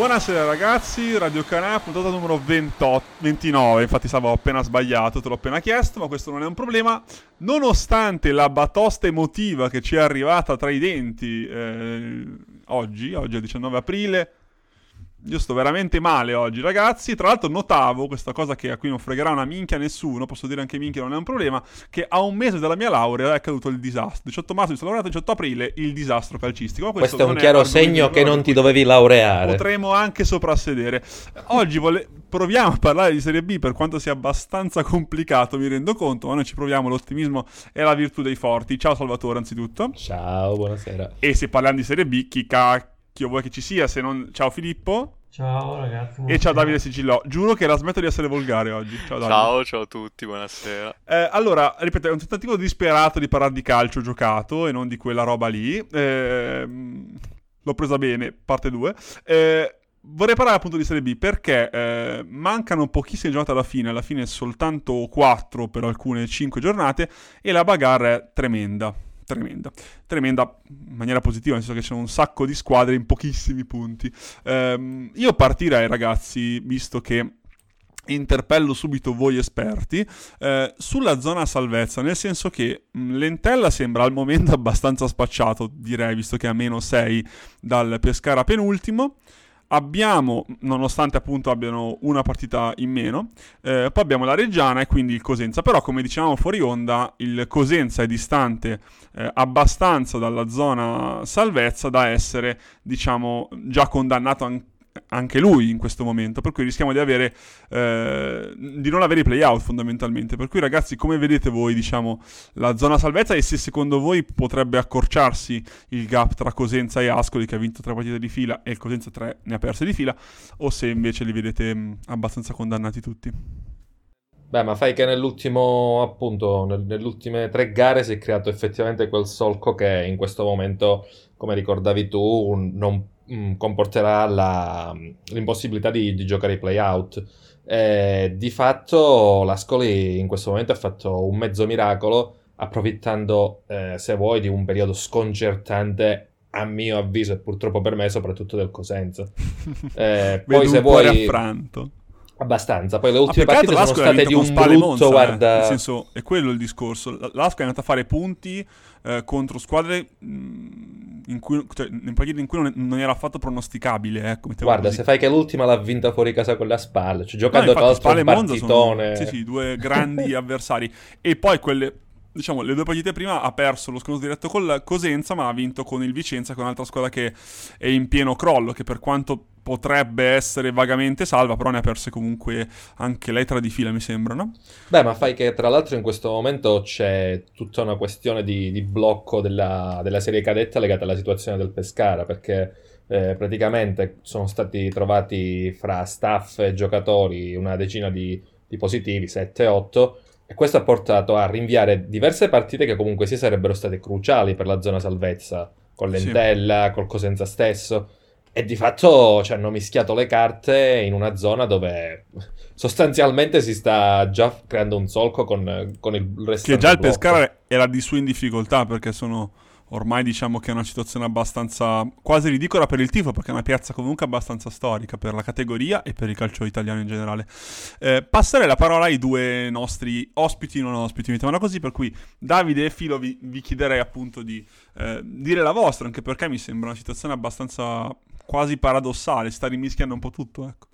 Buonasera ragazzi, Radio Canà, puntata numero 29, infatti stavo appena sbagliato, te l'ho appena chiesto, ma questo non è un problema, nonostante la batosta emotiva che ci è arrivata tra i denti oggi è il 19 aprile. Io sto veramente male oggi, ragazzi. Tra l'altro notavo questa cosa che a cui non fregherà una minchia nessuno, posso dire anche minchia, non è un problema, che a un mese dalla mia laurea è accaduto il disastro. 18 marzo mi sono laureato, 18 aprile il disastro calcistico. Ma Questo è un non chiaro argomento segno di che ora, non per ti cui dovevi laureare. potremo anche soprassedere. Oggi proviamo a parlare di Serie B, per quanto sia abbastanza complicato, mi rendo conto, ma noi ci proviamo, l'ottimismo è la virtù dei forti. Ciao Salvatore, anzitutto. Ciao, buonasera. E se parliamo di Serie B, chi cacchio vuoi che ci sia, se non... Ciao Filippo. Ciao ragazzi, E ciao buonasera. Davide Sigillò. Giuro che la smetto di essere volgare oggi. Ciao Davide. Ciao a tutti, buonasera. Allora, ripeto, è un tentativo disperato di parlare di calcio giocato e non di quella roba lì. L'ho presa bene, parte 2. Vorrei parlare appunto di Serie B perché mancano pochissime giornate alla fine soltanto 4 per alcune 5 giornate e la bagarre è tremenda in maniera positiva, nel senso che c'è un sacco di squadre in pochissimi punti. Io partirei, ragazzi, visto che interpello subito voi esperti, sulla zona salvezza, nel senso che l'Entella sembra al momento abbastanza spacciato, direi, visto che è a meno 6 dal Pescara penultimo. Abbiamo, nonostante appunto abbiano una partita in meno, poi abbiamo la Reggiana e quindi il Cosenza, però come dicevamo fuori onda, il Cosenza è distante abbastanza dalla zona salvezza da essere, diciamo, già condannato anche lui in questo momento, per cui rischiamo di non avere i play-out fondamentalmente. Per cui ragazzi, come vedete voi, diciamo, la zona salvezza, e se secondo voi potrebbe accorciarsi il gap tra Cosenza e Ascoli, che ha vinto 3 partite di fila e il Cosenza 3 ne ha perse di fila, o se invece li vedete abbastanza condannati tutti? Beh, ma fai che nell'ultimo, appunto, nelle ultime 3 gare si è creato effettivamente quel solco che in questo momento, come ricordavi tu, non comporterà l'impossibilità di giocare i play-out. Di fatto l'Ascoli in questo momento ha fatto un mezzo miracolo, approfittando, se vuoi, di un periodo sconcertante, a mio avviso e purtroppo per me, soprattutto del Cosenza. Vedo Poi se un cuore vuoi... affranto. Abbastanza, poi le ultime Peccato partite sono l'Ascoli ha state vinto di con un Spal e brutto, Monza, guarda... nel senso, è quello il discorso. L'Ascoli è andata a fare punti contro squadre in partite in cui non era affatto pronosticabile, ecco, mettiamo Guarda, così. se fai che l'ultima l'ha vinta fuori casa con la Spal, cioè No, giocando tra infatti l'altro Spal e un Monza sono partitone... sì, due grandi avversari. E poi diciamo, le 2 partite prima ha perso lo scontro diretto col Cosenza, ma ha vinto con il Vicenza, che è un'altra squadra che è in pieno crollo, che per quanto potrebbe essere vagamente salva, però ne ha perse comunque anche lei 3 di fila, mi sembra, no? Beh, ma fai che tra l'altro in questo momento c'è tutta una questione di blocco della serie cadetta legata alla situazione del Pescara, perché praticamente sono stati trovati fra staff e giocatori una decina di positivi, 7-8, e questo ha portato a rinviare diverse partite che comunque sì sarebbero state cruciali per la zona salvezza, con Sì. l'Entella, col Cosenza stesso, e di fatto ci hanno mischiato le carte in una zona dove sostanzialmente si sta già creando un solco con il resto Che del già il blocco. Pescara era di su in difficoltà, perché ormai diciamo che è una situazione abbastanza quasi ridicola per il tifo, perché è una piazza comunque abbastanza storica per la categoria e per il calcio italiano in generale. Passerei la parola ai 2 nostri ospiti non ospiti, mettiamola così, per cui Davide e Filo vi chiederei appunto di dire la vostra, anche perché mi sembra una situazione abbastanza quasi paradossale, si sta rimischiando un po' tutto, ecco.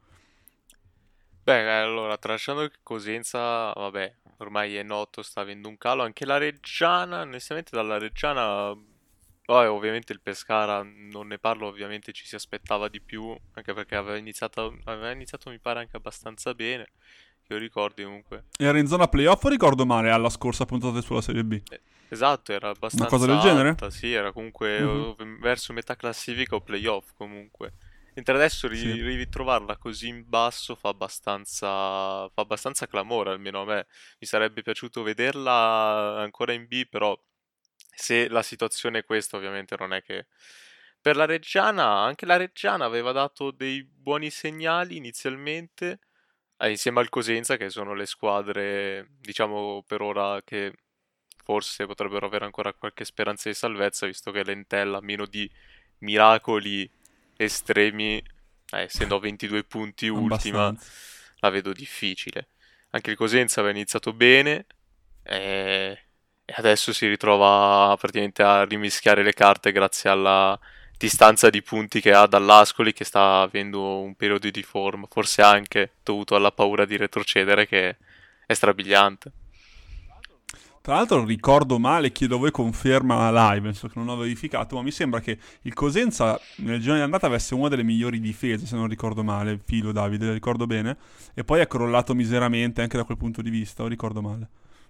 Beh, allora, tralasciando che Cosenza, vabbè, ormai è noto, sta avendo un calo. Anche la Reggiana, onestamente dalla Reggiana, poi ovviamente il Pescara, non ne parlo, ovviamente ci si aspettava di più, anche perché aveva iniziato mi pare anche abbastanza bene, che io ricordi comunque. Era in zona playoff, o ricordo male, alla scorsa puntata sulla Serie B? Esatto, era Una cosa abbastanza del genere? alta, sì, era comunque Mhm. verso metà classifica o playoff comunque. Mentre adesso Sì. ritrovarla così in basso fa abbastanza clamore, almeno a me. Mi sarebbe piaciuto vederla ancora in B, però se la situazione è questa, ovviamente non è che... Per la Reggiana, anche la Reggiana aveva dato dei buoni segnali inizialmente, insieme al Cosenza, che sono le squadre, diciamo, per ora che forse potrebbero avere ancora qualche speranza di salvezza, visto che l'Entella, a meno di miracoli estremi, essendo a 22 punti ultima, Abbastanza. la vedo difficile. Anche il Cosenza aveva iniziato bene e adesso si ritrova praticamente a rimischiare le carte grazie alla distanza di punti che ha dall'Ascoli, che sta avendo un periodo di forma, forse anche dovuto alla paura di retrocedere, che è strabiliante. Tra l'altro ricordo male, chiedo a voi conferma live, nel senso che non ho verificato, ma mi sembra che il Cosenza nel girone di andata avesse una delle migliori difese, se non ricordo male, filo Davide, ricordo bene, e poi è crollato miseramente anche da quel punto di vista, o ricordo male?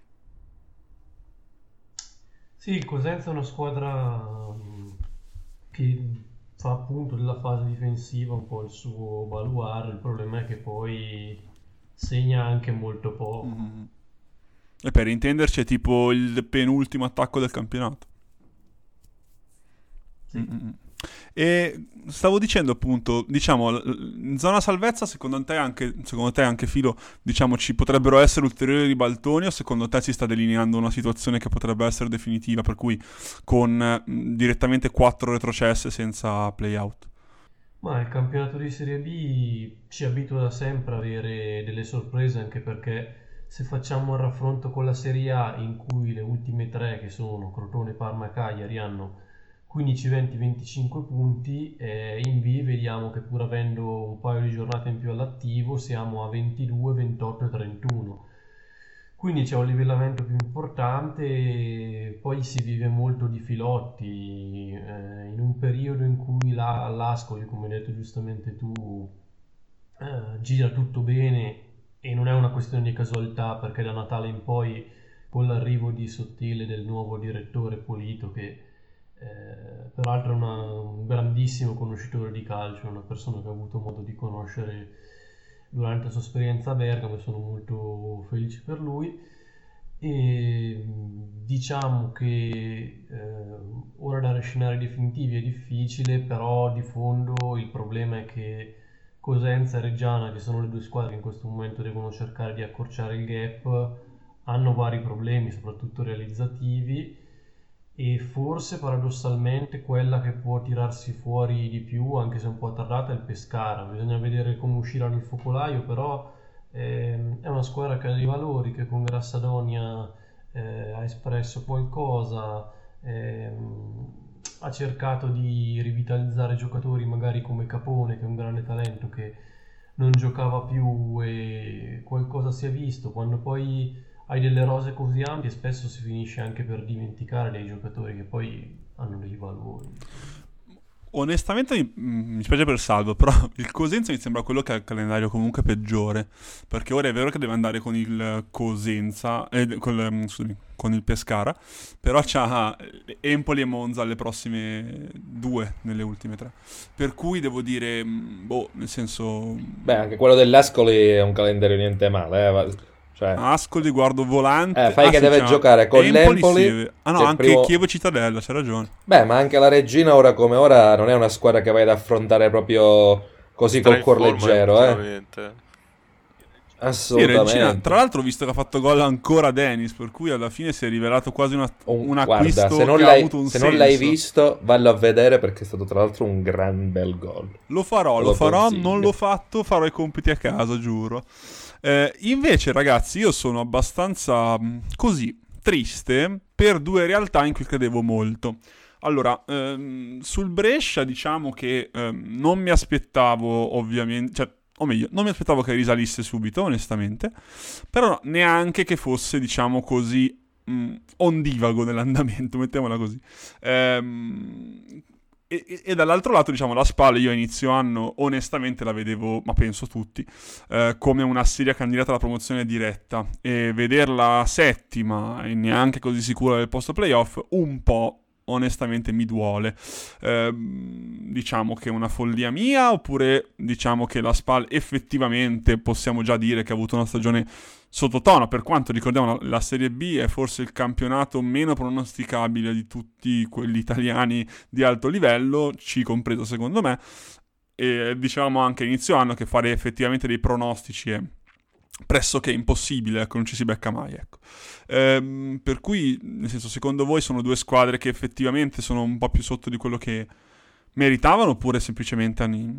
Sì, il Cosenza è una squadra che fa appunto della fase difensiva un po' il suo baluardo, il problema è che poi segna anche molto poco. Mm. E per intenderci è tipo il penultimo attacco del campionato. Sì. Mm. E stavo dicendo appunto, diciamo, in zona salvezza secondo te anche Filo, diciamo ci potrebbero essere ulteriori ribaltoni o secondo te si sta delineando una situazione che potrebbe essere definitiva, per cui con direttamente 4 retrocesse senza play-out? Ma il campionato di Serie B ci abitua da sempre a avere delle sorprese, anche perché se facciamo il raffronto con la Serie A, in cui le ultime tre, che sono Crotone, Parma e Cagliari, hanno 15, 20, 25 punti, in B vediamo che pur avendo un paio di giornate in più all'attivo siamo a 22, 28 e 31. Quindi c'è un livellamento più importante e poi si vive molto di filotti, in un periodo in cui l'Ascoli, come hai detto giustamente tu, gira tutto bene e non è una questione di casualità, perché da Natale in poi, con l'arrivo di Sottile del nuovo direttore Polito, che peraltro è un grandissimo conoscitore di calcio, una persona che ho avuto modo di conoscere durante la sua esperienza a Bergamo, e sono molto felice per lui. E diciamo che ora dare scenari definitivi è difficile, però di fondo il problema è che Cosenza e Reggiana, che sono le due squadre che in questo momento devono cercare di accorciare il gap, hanno vari problemi, soprattutto realizzativi, e forse paradossalmente quella che può tirarsi fuori di più, anche se un po' tardata, è il Pescara. Bisogna vedere come uscirà dal focolaio, però è una squadra che ha dei valori, che con Grassadonia ha espresso qualcosa, ha cercato di rivitalizzare giocatori magari come Capone, che è un grande talento, che non giocava più, e qualcosa si è visto. Quando poi hai delle rose così ampie spesso si finisce anche per dimenticare dei giocatori che poi hanno dei valori. Onestamente mi spiace per Salvo, però il Cosenza mi sembra quello che ha il calendario comunque peggiore, perché ora è vero che deve andare con il Cosenza, scusami, con il Pescara, però c'ha Empoli e Monza alle prossime due, nelle ultime tre, per cui devo dire, nel senso... Beh, anche quello dell'Ascoli è un calendario niente male, cioè... Ascoli, guardo Volante... fai che sì, deve giocare con l'Empoli... Sì. Ah no, che anche primo... Chievo e Cittadella, c'è ragione. Beh, ma anche la Regina ora come ora non è una squadra che vai ad affrontare proprio così Sta col in cuor forma leggero, ultimamente. Sì, Assolutamente. Regina, tra l'altro ho visto che ha fatto gol ancora Dennis, per cui alla fine si è rivelato quasi un acquisto Guarda, se non che ha avuto un se senso. non l'hai visto, vallo a vedere, perché è stato tra l'altro un gran bel gol. Lo farò, consiglio. non l'ho fatto, farò i compiti a casa, giuro. Invece, ragazzi, io sono abbastanza così triste per due realtà in cui credevo molto. Allora, sul Brescia diciamo che non mi aspettavo ovviamente, cioè, o meglio, non mi aspettavo che risalisse subito, onestamente, però neanche che fosse, diciamo così, ondivago nell'andamento, mettiamola così. E dall'altro lato, diciamo, la SPAL io a inizio anno onestamente la vedevo, ma penso tutti, come una seria candidata alla promozione diretta, e vederla settima e neanche così sicura del posto playoff un po' onestamente mi duole. Diciamo che è una follia mia, oppure diciamo che la SPAL effettivamente possiamo già dire che ha avuto una stagione sottotono, per quanto ricordiamo la Serie B è forse il campionato meno pronosticabile di tutti quelli italiani di alto livello, ci compreso secondo me, e diciamo anche a inizio anno che fare effettivamente dei pronostici è pressoché impossibile, ecco, non ci si becca mai, ecco. Per cui, nel senso, secondo voi sono due squadre che effettivamente sono un po' più sotto di quello che meritavano, oppure semplicemente hanno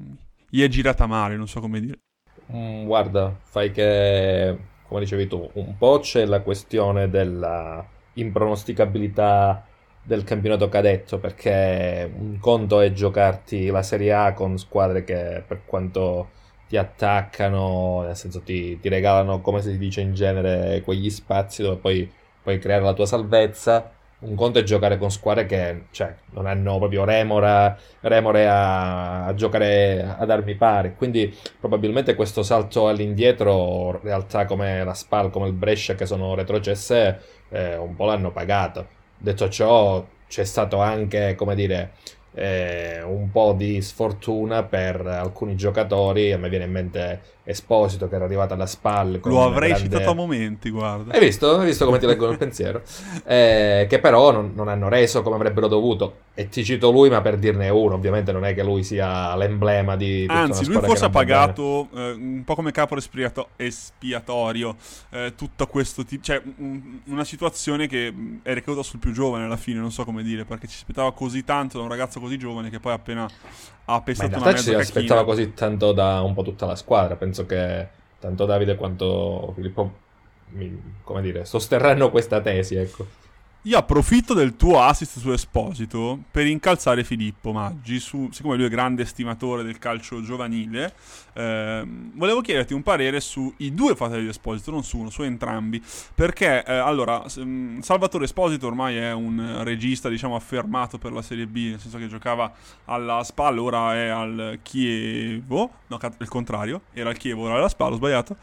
gli è girata male, non so come dire. Guarda, fai che, come dicevi tu, un po' c'è la questione della impronosticabilità del campionato cadetto, perché un conto è giocarti la Serie A con squadre che per quanto ti attaccano, nel senso ti regalano, come si dice in genere, quegli spazi dove poi puoi creare la tua salvezza. Un conto è giocare con squadre che, cioè, non hanno proprio remore a giocare ad armi pari. Quindi probabilmente questo salto all'indietro, realtà come la Spal, come il Brescia che sono retrocesse, un po' l'hanno pagato. Detto ciò, c'è stato anche, come dire, un po' di sfortuna per alcuni giocatori. A me viene in mente Esposito che era arrivato alla Spal con Lo un avrei grande... citato a momenti, guarda. Hai visto? Hai visto come ti leggono il pensiero? Che però non hanno reso come avrebbero dovuto. E ti cito lui, ma per dirne uno, ovviamente non è che lui sia l'emblema di tutta una Anzi, lui squadra che forse ha non va bene. pagato un po' come capo espiatorio tutto questo tipo, cioè una situazione che è ricaduta sul più giovane alla fine, non so come dire, perché ci aspettava così tanto da un ragazzo così giovane che poi appena ha Ma in pestato una realtà ci si mezza aspettava cacchina. così tanto da un po' tutta la squadra. Penso che tanto Davide quanto Filippo, come dire, sosterranno questa tesi, ecco. Io approfitto del tuo assist su Esposito per incalzare Filippo Maggi, siccome lui è grande estimatore del calcio giovanile, volevo chiederti un parere sui due fratelli di Esposito, non su uno, su entrambi, perché allora Salvatore Esposito ormai è un regista, diciamo, affermato per la Serie B, nel senso che giocava alla SPAL, ora è al Chievo, no, il contrario, era al Chievo, ora alla SPAL, ho sbagliato.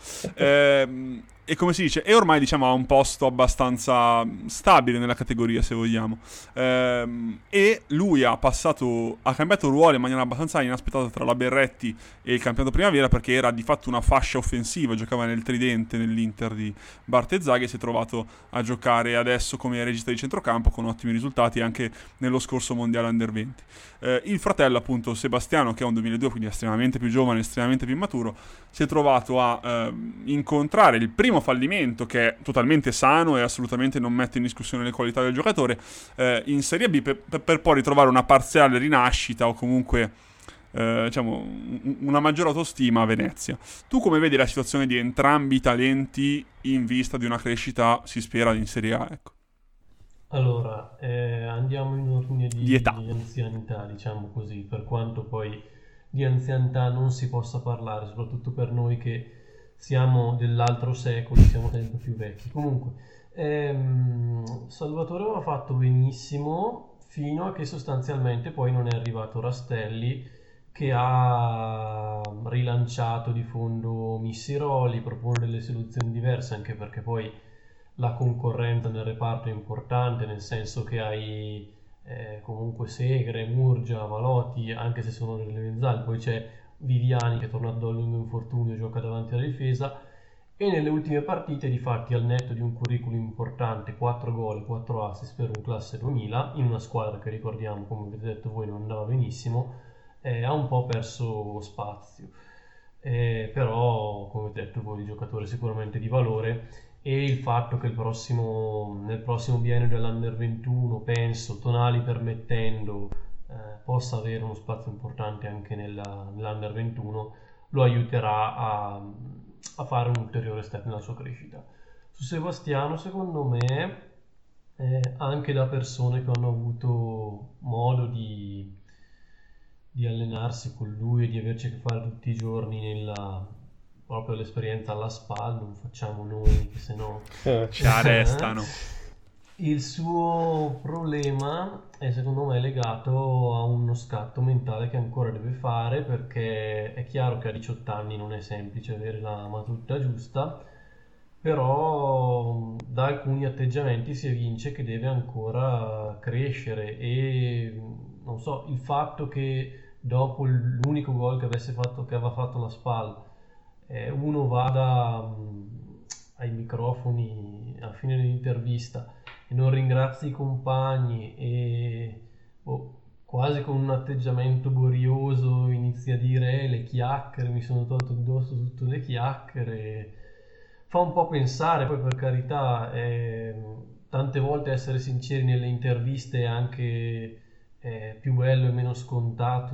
E come si dice, è ormai, diciamo, a un posto abbastanza stabile nella categoria, se vogliamo. E lui ha cambiato ruolo in maniera abbastanza inaspettata tra la Berretti e il campionato primavera, perché era di fatto una fascia offensiva, giocava nel tridente nell'Inter di Bartezzaghi e si è trovato a giocare adesso come regista di centrocampo con ottimi risultati anche nello scorso mondiale Under 20. Il fratello, appunto, Sebastiano, che è un 2002, quindi estremamente più giovane, estremamente più maturo, si è trovato a incontrare il primo fallimento, che è totalmente sano e assolutamente non mette in discussione le qualità del giocatore, in Serie B, per poi ritrovare una parziale rinascita o comunque diciamo una maggiore autostima a Venezia. Tu come vedi la situazione di entrambi i talenti in vista di una crescita, si spera, in Serie A, ecco, Allora, andiamo in ordine di età? di anzianità, diciamo così, per quanto poi di anzianità non si possa parlare, soprattutto per noi che siamo dell'altro secolo, siamo sempre più vecchi. Comunque, Salvatore aveva fatto benissimo fino a che sostanzialmente poi non è arrivato Rastelli, che ha rilanciato di fondo Missiroli, propone delle soluzioni diverse, anche perché poi la concorrenza nel reparto è importante, nel senso che hai comunque Segre, Murgia, Valotti, anche se sono delle mezzali, poi c'è Viviani che è tornato da un lungo infortunio, gioca davanti alla difesa, e nelle ultime partite difatti al netto di un curriculum importante, 4 gol, 4 assist per un classe 2000, in una squadra che ricordiamo, come avete detto voi, non andava benissimo, ha un po' perso spazio. Però, come avete detto voi, il giocatore sicuramente di valore, e il fatto che nel prossimo biennio dell'Under 21, penso, tonali permettendo, possa avere uno spazio importante anche nell'Under 21, lo aiuterà a fare un ulteriore step nella sua crescita. Su Sebastiano, secondo me, anche da persone che hanno avuto modo di allenarsi con lui e di averci a che fare tutti i giorni proprio l'esperienza alla spalla, non facciamo noi, che se no Ci arrestano. il suo problema è secondo me legato a uno scatto mentale che ancora deve fare, perché è chiaro che a 18 anni non è semplice avere la maturità giusta, però da alcuni atteggiamenti si evince che deve ancora crescere, e non so, il fatto che dopo l'unico gol che aveva fatto la SPAL, uno vada ai microfoni a fine dell'intervista e non ringrazi i compagni e quasi con un atteggiamento borioso inizia a dire le chiacchiere, mi sono tolto addosso tutte le chiacchiere, fa un po' pensare. Poi, per carità, tante volte essere sinceri nelle interviste è anche è più bello e meno scontato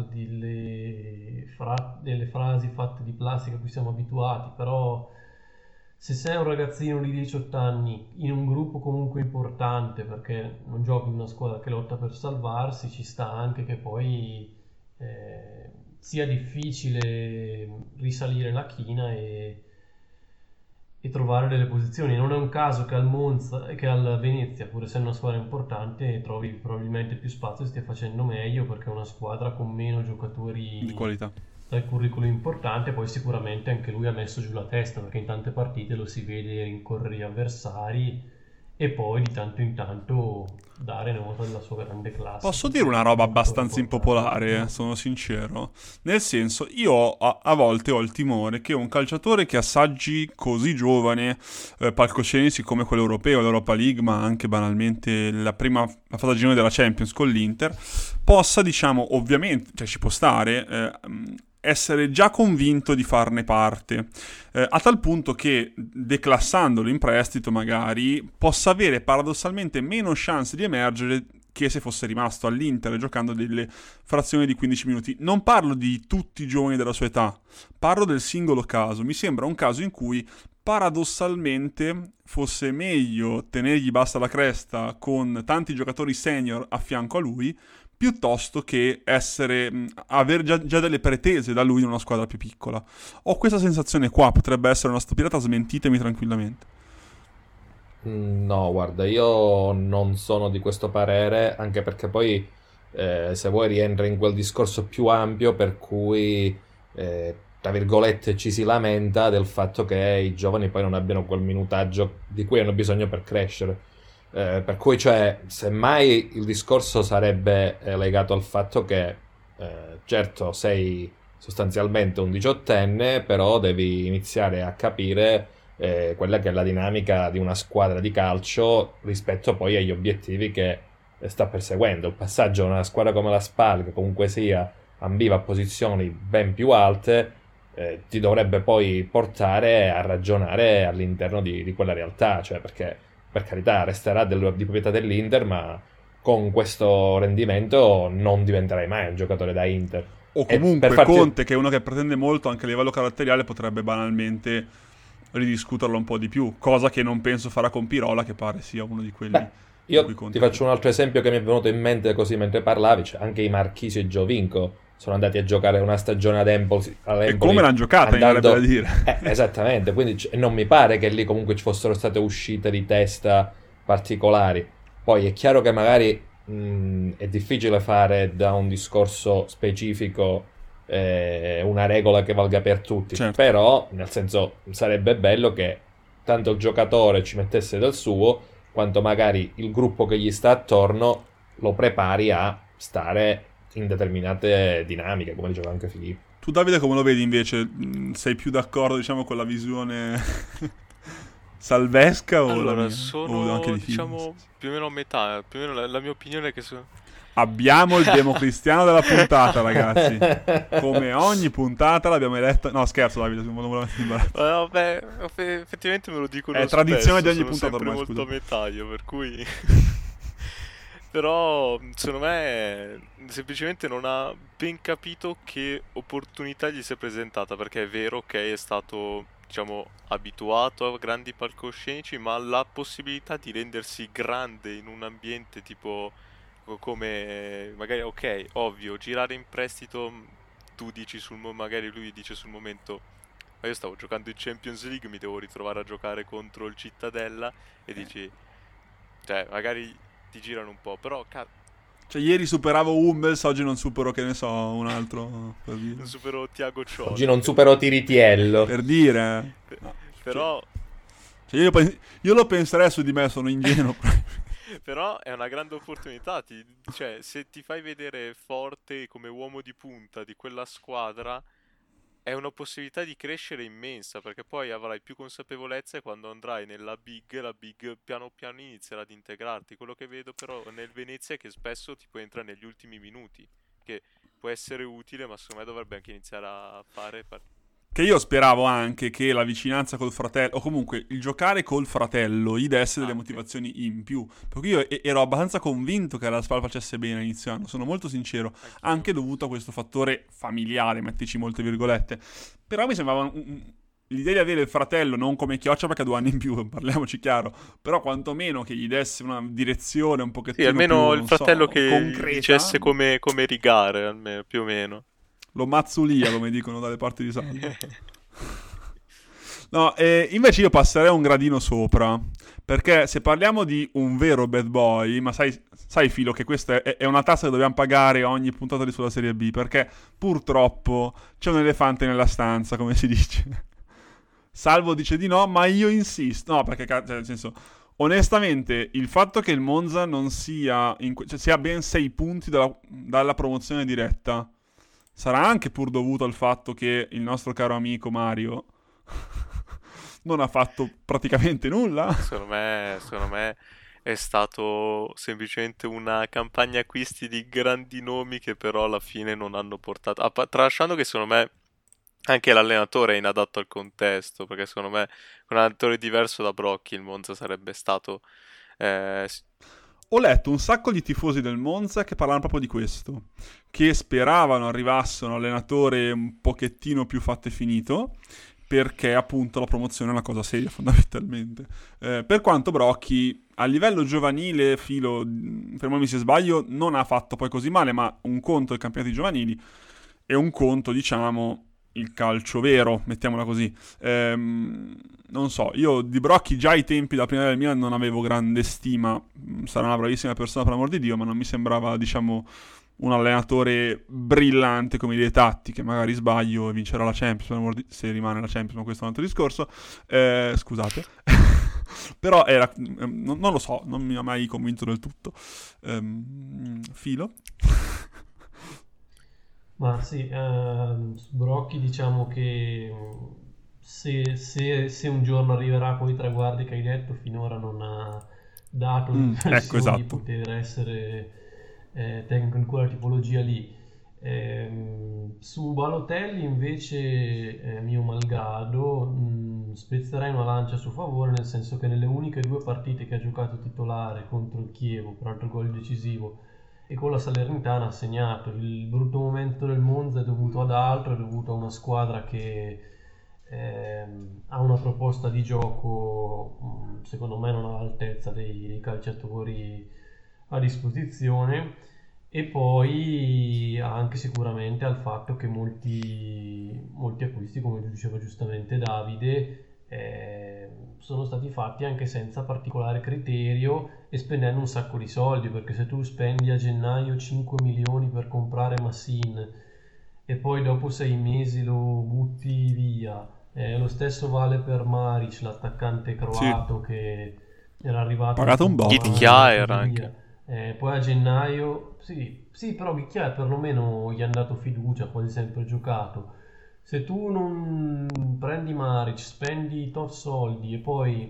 delle frasi fatte di plastica a cui siamo abituati, però se sei un ragazzino di 18 anni in un gruppo comunque importante, perché non giochi in una squadra che lotta per salvarsi, ci sta anche che poi sia difficile risalire la china e trovare delle posizioni. Non è un caso che al Monza e che al Venezia, pur essendo una squadra importante, trovi probabilmente più spazio e stia facendo meglio, perché è una squadra con meno Di giocatori qualità. dal curriculum importante. Poi sicuramente anche lui ha messo giù la testa, perché in tante partite lo si vede rincorrere gli avversari e poi di tanto in tanto dare nota della sua grande classe. Posso dire una roba abbastanza Importante. impopolare, sono sincero. Nel senso, io a volte ho il timore che un calciatore che assaggi così giovane palcoscenici come quello europeo, l'Europa League, ma anche banalmente la fase a girone della Champions con l'Inter, possa, diciamo, ovviamente, cioè ci può stare, essere già convinto di farne parte, a tal punto che declassandolo in prestito magari possa avere paradossalmente meno chance di emergere che se fosse rimasto all'Inter giocando delle frazioni di 15 minuti. Non parlo di tutti i giovani della sua età, parlo del singolo caso. Mi sembra un caso in cui paradossalmente fosse meglio tenergli bassa la cresta con tanti giocatori senior a fianco a lui piuttosto che aver già delle pretese da lui in una squadra più piccola. Ho questa sensazione qua, potrebbe essere una stupidata, smentitemi tranquillamente. No, guarda, io non sono di questo parere, anche perché poi, se vuoi, rientra in quel discorso più ampio per cui, tra virgolette, ci si lamenta del fatto che i giovani poi non abbiano quel minutaggio di cui hanno bisogno per crescere. Per cui, cioè, semmai il discorso sarebbe legato al fatto che, certo, sei sostanzialmente un diciottenne, però devi iniziare a capire quella che è la dinamica di una squadra di calcio rispetto poi agli obiettivi che sta perseguendo. Il passaggio a una squadra come la Spal, che comunque sia ambiva a posizioni ben più alte, ti dovrebbe poi portare a ragionare all'interno di quella realtà, cioè perché per carità resterà di proprietà dell'Inter, ma con questo rendimento non diventerai mai un giocatore da Inter. O E per comunque farti... Conte, che è uno che pretende molto anche a livello caratteriale, potrebbe banalmente ridiscuterlo un po' di più, cosa che non penso farà con Pirola, che pare sia uno di quelli Beh, in cui io Conte ti faccio un altro esempio che mi è venuto in mente così mentre parlavi, cioè anche i Marchisio e Giovinco sono andati a giocare una stagione ad e Empoli come l'hanno giocata, mi verrebbe da dire. Esattamente, quindi non mi pare che lì comunque ci fossero state uscite di testa particolari. Poi è chiaro che magari è difficile fare da un discorso specifico una regola che valga per tutti, Certo. però nel senso sarebbe bello che tanto il giocatore ci mettesse del suo, quanto magari il gruppo che gli sta attorno lo prepari a stare in determinate dinamiche, come diceva anche Filippo. Tu Davide come lo vedi invece? Sei più d'accordo, diciamo, con la visione salvesca o la Allora, mia? O sono, anche di diciamo, film? più o meno a metà. Più o meno la mia opinione è che Abbiamo il democristiano della puntata, ragazzi. Come ogni puntata l'abbiamo eletta. No, scherzo, Davide, non volevo mettere in imbarazzo. vabbè, effettivamente me lo dicono È tradizione di ogni sono puntata sempre ormai, molto a scusa. metà io, per cui... Però, secondo me, semplicemente non ha ben capito che opportunità gli si è presentata, perché è vero che è stato, diciamo, abituato a grandi palcoscenici, ma la possibilità di rendersi grande in un ambiente tipo come, magari, ok, ovvio, girare in prestito, tu dici magari lui dice sul momento, ma io stavo giocando in Champions League, mi devo ritrovare a giocare contro il Cittadella, e dici, cioè, magari ti girano un po', però Cioè, ieri superavo Hummels, oggi non supero, che ne so, un altro. Per dire. non supero Tiago Cione. Oggi non supero Tiritiello. Per dire. No. Però, Cioè, io lo penserei su di me, sono ingenuo. però è una grande opportunità, cioè se ti fai vedere forte come uomo di punta di quella squadra, è una possibilità di crescere immensa, perché poi avrai più consapevolezza e quando andrai nella big, la big piano piano inizierà ad integrarti. Quello che vedo però nel Venezia è che spesso tipo entra negli ultimi minuti, che può essere utile, ma secondo me dovrebbe anche iniziare a fare Che io speravo anche che la vicinanza col fratello, o comunque il giocare col fratello, gli desse delle motivazioni in più. Perché io ero abbastanza convinto che la SPAL facesse bene all'inizio anno, sono molto sincero, anche dovuto a questo fattore familiare, mettici molte virgolette. Però mi sembrava l'idea di avere il fratello non come Chioccia perché ha 2 anni in più, parliamoci chiaro, però quantomeno che gli desse una direzione un pochettino almeno più, il fratello che concreta. dicesse come rigare, almeno, più o meno. Lo mazzulia, come dicono dalle parti di Salvo. No, invece io passerei un gradino sopra, perché se parliamo di un vero bad boy, ma sai Filo che questa è una tassa che dobbiamo pagare ogni puntata di sulla Serie B, perché purtroppo c'è un elefante nella stanza, come si dice. Salvo dice di no, ma io insisto. No, perché cioè, nel senso, onestamente, il fatto che il Monza non sia cioè, sia ben 6 punti dalla promozione diretta sarà anche pur dovuto al fatto che il nostro caro amico Mario non ha fatto praticamente nulla. Secondo me è stato semplicemente una campagna acquisti di grandi nomi che però alla fine non hanno portato... Tralasciando che secondo me anche l'allenatore è inadatto al contesto, perché secondo me con un allenatore diverso da Brocchi il Monza sarebbe stato... Ho letto un sacco di tifosi del Monza che parlavano proprio di questo, che speravano arrivasse un allenatore un pochettino più fatto e finito, perché appunto la promozione è una cosa seria fondamentalmente. Per quanto Brocchi a livello giovanile, Filo, fermami se sbaglio, non ha fatto poi così male, ma un conto i campionati giovanili e un conto, diciamo, il calcio vero, mettiamola così. Non so, io di Brocchi già ai tempi della prima del Milan non avevo grande stima, sarà una bravissima persona per l'amor di Dio, ma non mi sembrava, diciamo, un allenatore brillante come idee tattiche. Magari sbaglio e vincerà la Champions, se rimane la Champions, ma questo è un altro discorso. Scusate. Però era, non lo so, non mi ha mai convinto del tutto. Filo? Ma sì, Brocchi diciamo che se un giorno arriverà a quei traguardi che hai detto, finora non ha dato l'impressione ecco, esatto, di poter essere tecnico in quella tipologia lì. Su Balotelli invece, mio malgrado, spezzerei una lancia a suo favore, nel senso che nelle uniche 2 partite che ha giocato titolare contro il Chievo, peraltro gol decisivo, e con la Salernitana ha segnato. Il brutto momento del Monza è dovuto ad altro, è dovuto a una squadra che ha una proposta di gioco secondo me non all'altezza dei calciatori a disposizione, e poi anche sicuramente al fatto che molti acquisti, come diceva giustamente Davide, sono stati fatti anche senza particolare criterio e spendendo un sacco di soldi, perché se tu spendi a gennaio 5 milioni per comprare Massin e poi dopo 6 mesi lo butti via, lo stesso vale per Maric, l'attaccante croato, sì, che era arrivato pagato un botto, Ghitchiaer anche. Poi a gennaio sì, però Ghitchiaer perlomeno gli hanno dato fiducia, quasi sempre giocato. Se tu non prendi Maric, spendi tot soldi e poi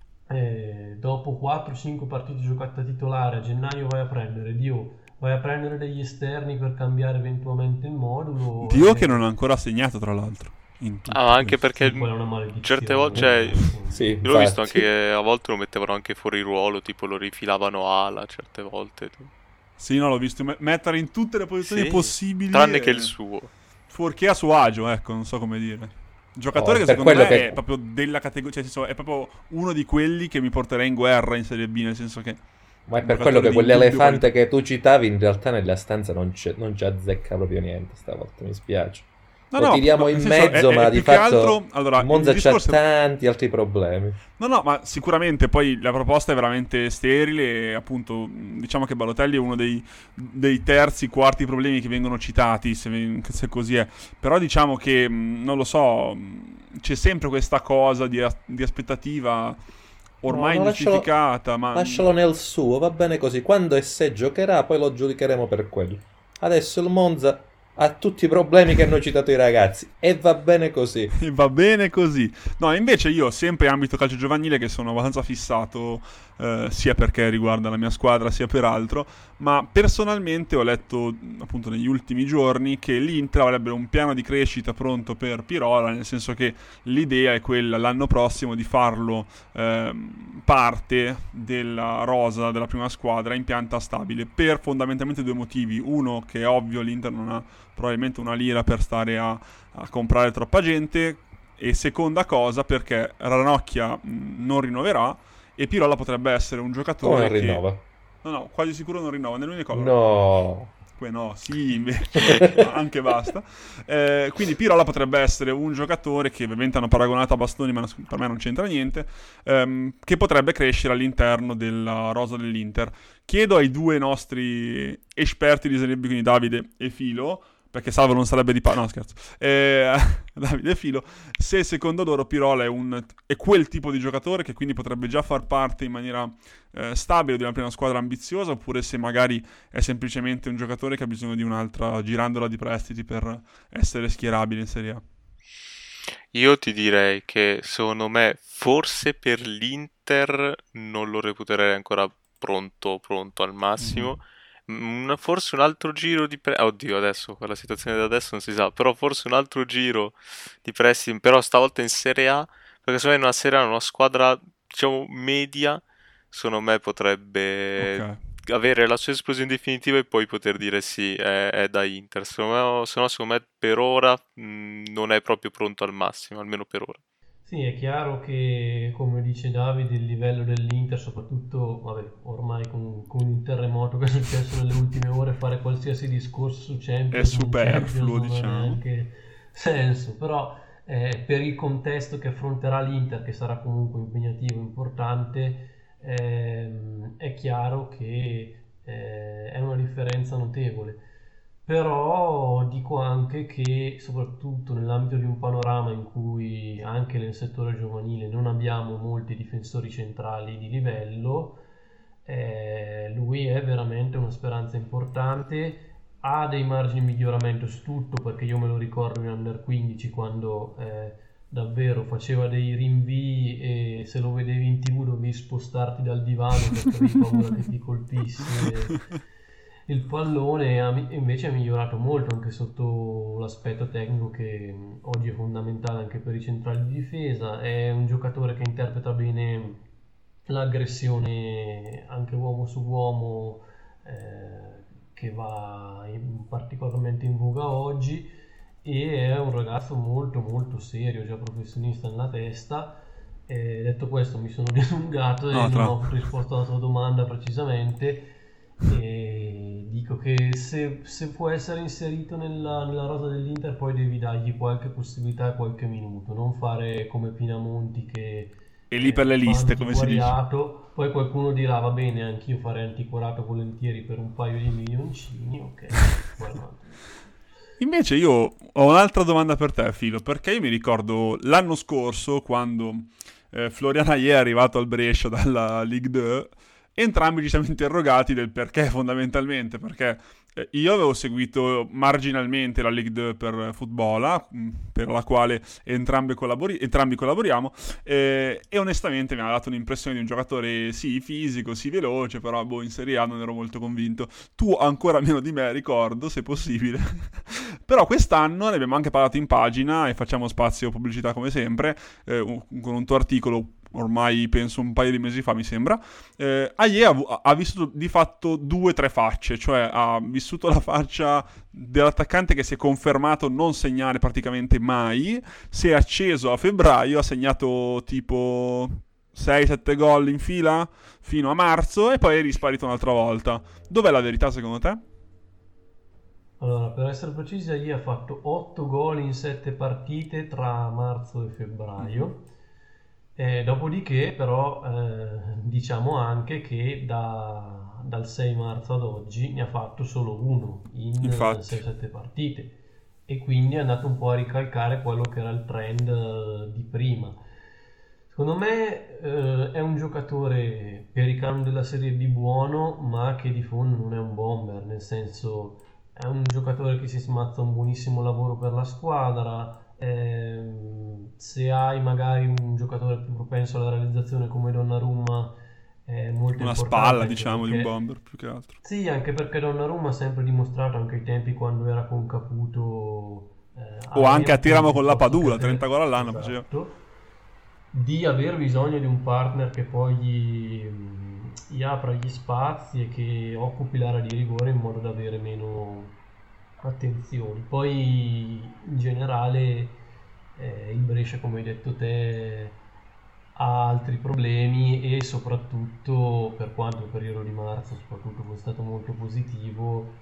dopo 4-5 partite giocate a titolare a gennaio vai a prendere degli esterni per cambiare eventualmente il modulo. Dio che non ha ancora segnato, tra l'altro. Anche perché certe volte, cioè, sì, io l'ho visto anche che a volte lo mettevano anche fuori ruolo, tipo lo rifilavano ala certe volte. Sì, no, l'ho visto mettere in tutte le posizioni possibili, tranne che il suo. Fuorché a suo agio, ecco, non so come dire. Giocatore che secondo me è proprio della categoria, cioè nel senso, è proprio uno di quelli che mi porterei in guerra in Serie B, nel senso che... Ma è per quello che quell'elefante che tu citavi in realtà nella stanza non ci azzecca proprio niente stavolta, mi spiace. Lo tiriamo in mezzo, ma di fatto allora, Monza c'ha tanti altri problemi. No, ma sicuramente poi la proposta è veramente sterile e appunto diciamo che Balotelli è uno dei terzi, quarti problemi che vengono citati, se così è. Però diciamo che, non lo so, c'è sempre questa cosa di aspettativa ormai ingiustificata. Lascialo nel suo, va bene così. Quando e se giocherà poi lo giudicheremo per quello. Adesso il Monza ha tutti i problemi che hanno citato i ragazzi e va bene così. E va bene così. No, invece io, sempre in ambito calcio giovanile, che sono abbastanza fissato, sia perché riguarda la mia squadra, sia per altro, ma personalmente ho letto, appunto, negli ultimi giorni che l'Inter avrebbe un piano di crescita pronto per Pirola, nel senso che l'idea è quella l'anno prossimo di farlo parte della rosa della prima squadra in pianta stabile, per fondamentalmente due motivi. Uno, che è ovvio, l'Inter non ha probabilmente una lira per stare a comprare troppa gente, e seconda cosa perché Ranocchia non rinnoverà e Pirola potrebbe essere un Come giocatore non rinnova? no, quasi sicuro non rinnova nell'unico No. no, sì, invece anche basta. Quindi Pirola potrebbe essere un giocatore che ovviamente hanno paragonato a Bastoni, ma per me non c'entra niente, che potrebbe crescere all'interno della rosa dell'Inter. Chiedo ai due nostri esperti di Serie B, quindi Davide e Filo, perché Salvo non sarebbe di no, scherzo, Davide e Filo, se secondo loro Pirola è quel tipo di giocatore che quindi potrebbe già far parte in maniera stabile di una prima squadra ambiziosa, oppure se magari è semplicemente un giocatore che ha bisogno di un'altra girandola di prestiti per essere schierabile in Serie A. Io ti direi che secondo me forse per l'Inter non lo reputerei ancora pronto al massimo. Forse un altro giro di prestiti. Oddio, adesso con la situazione da adesso non si sa, però forse un altro giro di prestiti, però stavolta in Serie A, perché secondo me in una Serie A, una squadra diciamo media, secondo me potrebbe avere la sua esplosione definitiva e poi poter dire sì, è da Inter. Secondo me per ora non è proprio pronto al massimo, almeno per ora. Sì, è chiaro che, come dice Davide, il livello dell'Inter, soprattutto, vabbè, ormai con il terremoto che è successo nelle ultime ore, fare qualsiasi discorso su Champions È superfluo, non diciamo. ha neanche senso, però per il contesto che affronterà l'Inter, che sarà comunque impegnativo, importante, è chiaro che è una differenza notevole. Però dico anche che soprattutto nell'ambito di un panorama in cui anche nel settore giovanile non abbiamo molti difensori centrali di livello, lui è veramente una speranza importante, ha dei margini di miglioramento su tutto, perché io me lo ricordo in Under 15 quando davvero faceva dei rinvii e se lo vedevi in TV dovevi spostarti dal divano perché avevi paura che ti colpisse il pallone. Invece è migliorato molto anche sotto l'aspetto tecnico, che oggi è fondamentale anche per i centrali di difesa. È un giocatore che interpreta bene l'aggressione anche uomo su uomo, che va particolarmente in voga oggi, e è un ragazzo molto molto serio, già professionista nella testa. Detto questo, mi sono dilungato e non ho risposto alla tua domanda precisamente, e dico che se può essere inserito nella rosa dell'Inter, poi devi dargli qualche possibilità e qualche minuto, non fare come Pinamonti che è lì per le liste, come si dice. Poi qualcuno dirà va bene, anch'io farei antiquarato volentieri per un paio di milioncini, ok, guarda. Invece io ho un'altra domanda per te, Filo, perché io mi ricordo l'anno scorso quando Florian Ajer è arrivato al Brescia dalla Ligue 2, entrambi ci siamo interrogati del perché, fondamentalmente, perché io avevo seguito marginalmente la Ligue 2 per Football, per la quale entrambi collaboriamo, e onestamente mi ha dato un'impressione di un giocatore sì fisico, sì veloce, però in Serie A non ero molto convinto. Tu ancora meno di me, ricordo, se possibile. Però quest'anno ne abbiamo anche parlato in pagina e facciamo spazio pubblicità come sempre, con un tuo articolo ormai penso un paio di mesi fa, mi sembra. Ayer ha vissuto di fatto 2-3 facce, cioè ha vissuto la faccia dell'attaccante che si è confermato non segnare praticamente mai, si è acceso a febbraio, ha segnato tipo 6-7 gol in fila fino a marzo e poi è risparito un'altra volta. Dov'è la verità secondo te? Allora, per essere precisi, Ayer ha fatto 8 gol in 7 partite tra marzo e febbraio. Dopodiché però diciamo anche che dal 6 marzo ad oggi ne ha fatto solo uno in 6-7 partite, e quindi è andato un po' a ricalcare quello che era il trend di prima. Secondo me è un giocatore per i canoni della Serie B buono, ma che di fondo non è un bomber, nel senso è un giocatore che si smazza un buonissimo lavoro per la squadra. Se hai magari un giocatore più propenso alla realizzazione come Donnarumma, è molto Una importante, spalla, anche diciamo, di un perché bomber più che altro. sì, anche perché Donnarumma ha sempre dimostrato, anche ai tempi quando era con Caputo, O a anche a Empoli Teramo con la piuttosto che Padula, 30 gol all'anno faceva. esatto, di aver bisogno di un partner che poi gli apra gli spazi e che occupi l'area di rigore in modo da avere meno attenzioni. Poi in generale il Brescia, come hai detto te, ha altri problemi e soprattutto, per quanto il periodo di marzo soprattutto fu stato molto positivo,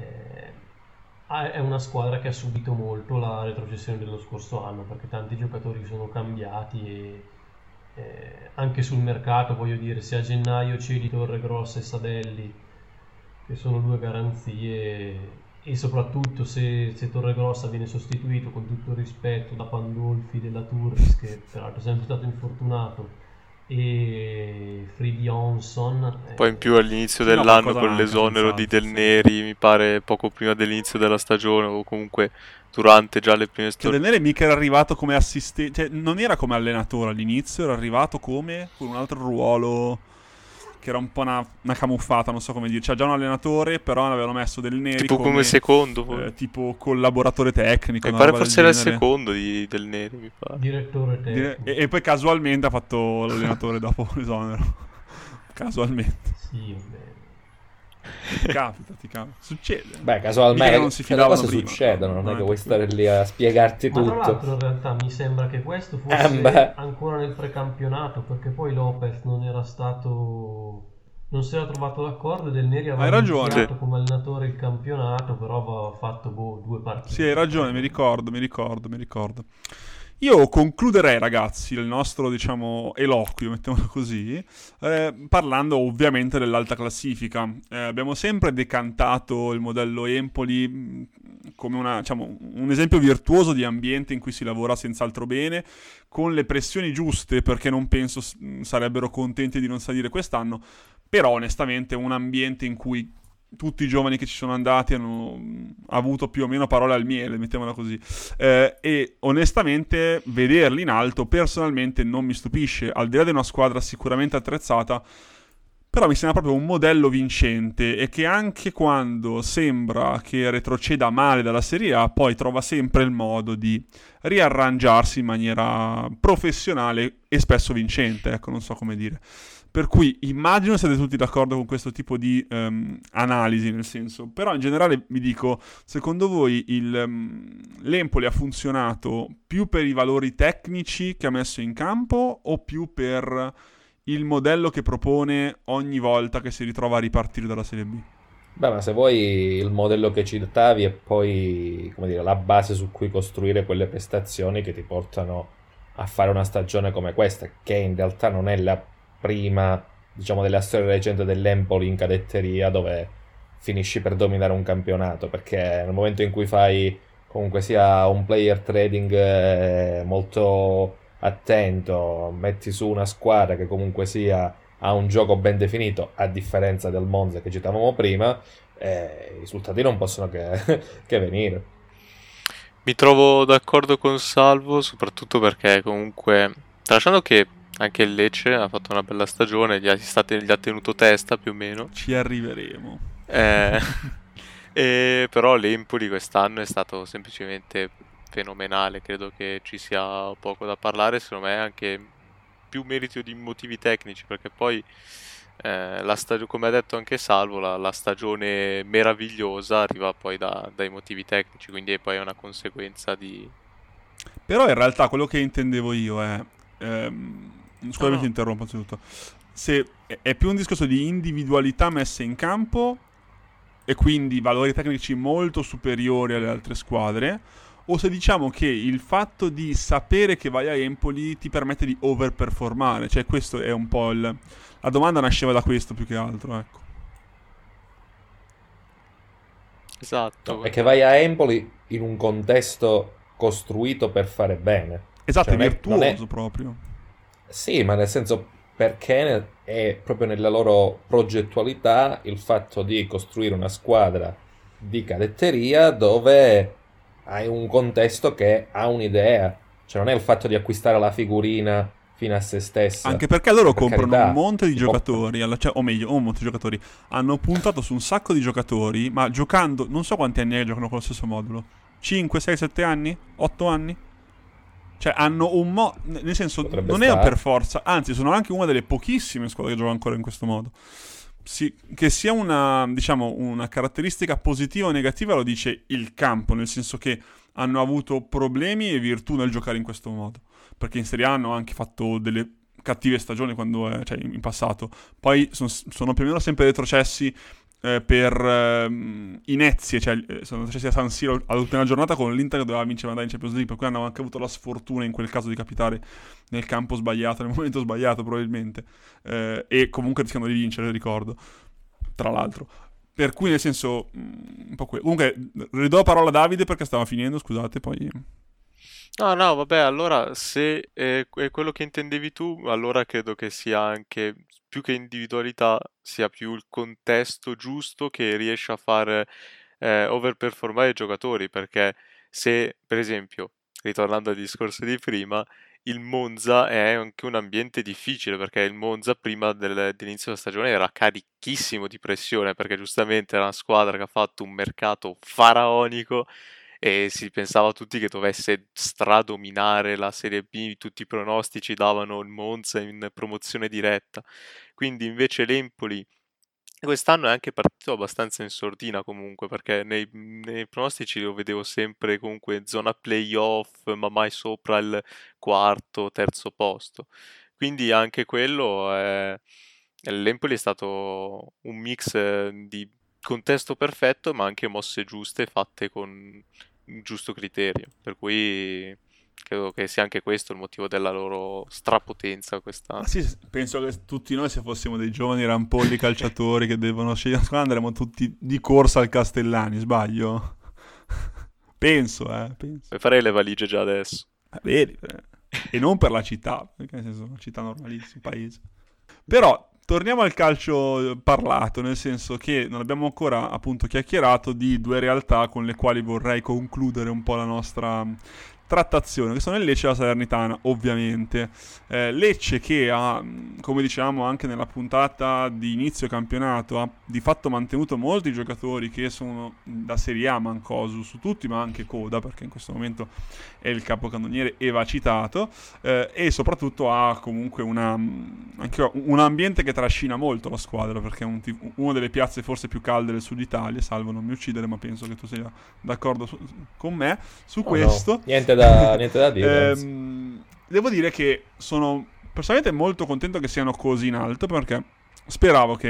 è una squadra che ha subito molto la retrocessione dello scorso anno, perché tanti giocatori sono cambiati e anche sul mercato, voglio dire, se a gennaio cedi Torregrossa e Sadelli, che sono due garanzie, e soprattutto se Torregrossa viene sostituito, con tutto il rispetto, da Pandolfi della Turris, che peraltro è sempre stato infortunato, e Fridi Johnson, Poi in più all'inizio Sì, no, dell'anno qualcosa con manca, l'esonero di senz'altro, Del sì. Neri, mi pare poco prima dell'inizio della stagione o comunque durante già le prime Che Del stagioni. Nere mica era arrivato come assistente, cioè non era come allenatore all'inizio, era arrivato come con un altro ruolo che era un po' una camuffata, non so come dire. C'era già un allenatore, però ne avevano messo Del Neri Tipo come come secondo. tipo collaboratore tecnico, Mi una pare roba del fosse era il genere. secondo di Del Neri, mi pare. direttore tecnico. E poi casualmente ha fatto l'allenatore dopo l'esonero. Casualmente. Sì, vabbè. Ti capita, ti capita. Succede. Beh, Mica che casualmente non si le fidavano cose prima, succedono, però, non è che per vuoi cui. stare lì a spiegarti Ma tra tutto. l'altro in realtà mi sembra che questo beh. fosse ancora nel precampionato, perché poi Lopez non era stato, non si era trovato d'accordo e Del Neri aveva Hai ragione. Sì. iniziato come allenatore il campionato, però aveva fatto due partite. Sì, hai ragione, mi ricordo. Io concluderei, ragazzi, il nostro, diciamo, eloquio, mettiamolo così, parlando ovviamente dell'alta classifica. Abbiamo sempre decantato il modello Empoli come diciamo, un esempio virtuoso di ambiente in cui si lavora senz'altro bene, con le pressioni giuste, perché non penso sarebbero contenti di non salire quest'anno, però onestamente un ambiente in cui tutti i giovani che ci sono andati hanno avuto più o meno parole al miele, mettiamola così. E onestamente vederli in alto personalmente non mi stupisce, al di là di una squadra sicuramente attrezzata, però mi sembra proprio un modello vincente e che anche quando sembra che retroceda male dalla Serie A, poi trova sempre il modo di riarrangiarsi in maniera professionale e spesso vincente, ecco, non so come dire. Per cui immagino siete tutti d'accordo con questo tipo di analisi, nel senso, però in generale vi dico, secondo voi l'Empoli ha funzionato più per i valori tecnici che ha messo in campo o più per il modello che propone ogni volta che si ritrova a ripartire dalla Serie B? Beh, ma se vuoi il modello che citavi è poi, come dire, la base su cui costruire quelle prestazioni che ti portano a fare una stagione come questa, che in realtà non è la prima, diciamo, della storia recente dell'Empoli in cadetteria dove finisci per dominare un campionato, perché nel momento in cui fai comunque sia un player trading molto attento, metti su una squadra che comunque sia ha un gioco ben definito, a differenza del Monza che citavamo prima, i risultati non possono che venire. Mi trovo d'accordo con Salvo, soprattutto perché comunque, tralasciando che anche il Lecce ha fatto una bella stagione, gli ha tenuto testa più o meno. Ci arriveremo. Però l'Empoli quest'anno è stato semplicemente fenomenale, credo che ci sia poco da parlare, secondo me è anche più merito di motivi tecnici, perché poi come ha detto anche Salvo, la stagione meravigliosa arriva poi dai motivi tecnici, quindi poi è una conseguenza di... Però in realtà quello che intendevo io è... scusami No. ti interrompo anzitutto. Se è più un discorso di individualità messe in campo e quindi valori tecnici molto superiori alle altre squadre, o se diciamo che il fatto di sapere che vai a Empoli ti permette di overperformare, cioè questo è un po' la domanda nasceva da questo più che altro, ecco. Esatto. No, è che vai a Empoli in un contesto costruito per fare bene. Esatto, Cioè, è virtuoso proprio. Sì, ma nel senso, perché è proprio nella loro progettualità il fatto di costruire una squadra di cadetteria dove hai un contesto che ha un'idea, cioè non è il fatto di acquistare la figurina fino a se stessa. Anche perché loro Per comprano carità, un monte di si può- giocatori, o meglio, un monte di giocatori. Hanno puntato su un sacco di giocatori, ma giocando, non so quanti anni è che giocano con lo stesso modulo. 5, 6, 7 anni? 8 anni? Cioè hanno nel senso, Potrebbe non è stare. per forza, anzi sono anche una delle pochissime squadre che gioca ancora in questo modo. Che sia una, diciamo, una caratteristica positiva o negativa lo dice il campo, nel senso che hanno avuto problemi e virtù nel giocare in questo modo. Perché in Serie A hanno anche fatto delle cattive stagioni cioè in passato. Poi sono più o meno sempre retrocessi per inezie, cioè sono retrocessi a San Siro all'ultima giornata con l'Inter che doveva vincere andare in Champions League, per cui hanno anche avuto la sfortuna in quel caso di capitare nel campo sbagliato, nel momento sbagliato probabilmente, e comunque rischiano di vincere, ricordo, tra l'altro. Per cui nel senso, un po' quello. Comunque, ridò la parola a Davide perché stava finendo, scusate, poi... No, no, vabbè, allora se è quello che intendevi tu, allora credo che sia anche più che individualità, sia più il contesto giusto che riesce a far overperformare i giocatori, perché se, per esempio, ritornando al discorso di prima, il Monza è anche un ambiente difficile, perché il Monza prima dell'inizio della stagione era carichissimo di pressione, perché giustamente era una squadra che ha fatto un mercato faraonico e si pensava tutti che dovesse stradominare la Serie B, tutti i pronostici davano il Monza in promozione diretta. Quindi invece l'Empoli quest'anno è anche partito abbastanza in sordina comunque, perché nei pronostici lo vedevo sempre comunque in zona playoff, ma mai sopra il quarto, terzo posto. Quindi anche quello è... L'Empoli è stato un mix di contesto perfetto, ma anche mosse giuste fatte con il giusto criterio. Per cui credo che sia anche questo il motivo della loro strapotenza Ma quest'anno. sì, penso che tutti noi, se fossimo dei giovani rampolli calciatori che devono scegliere una squadra, andremmo tutti di corsa al Castellani, sbaglio? Penso, penso. Farei le valigie già adesso. Vedi, e non per la città, perché nel senso, una città normalissima, un paese. Però, torniamo al calcio parlato, nel senso che non abbiamo ancora appunto chiacchierato di due realtà con le quali vorrei concludere un po' la nostra trattazione, che sono il Lecce e la Salernitana, ovviamente. Lecce che ha, come dicevamo anche nella puntata di inizio campionato, ha di fatto mantenuto molti giocatori che sono da Serie A, Mancosu su tutti, ma anche Coda, perché in questo momento è il capocannoniere e va citato, e soprattutto ha comunque anche un ambiente che trascina molto la squadra, perché è una delle piazze forse più calde del sud Italia, salvo non mi uccidere, ma penso che tu sia d'accordo con me su questo. No. Niente da dire. Devo dire che sono personalmente molto contento che siano così in alto, perché speravo che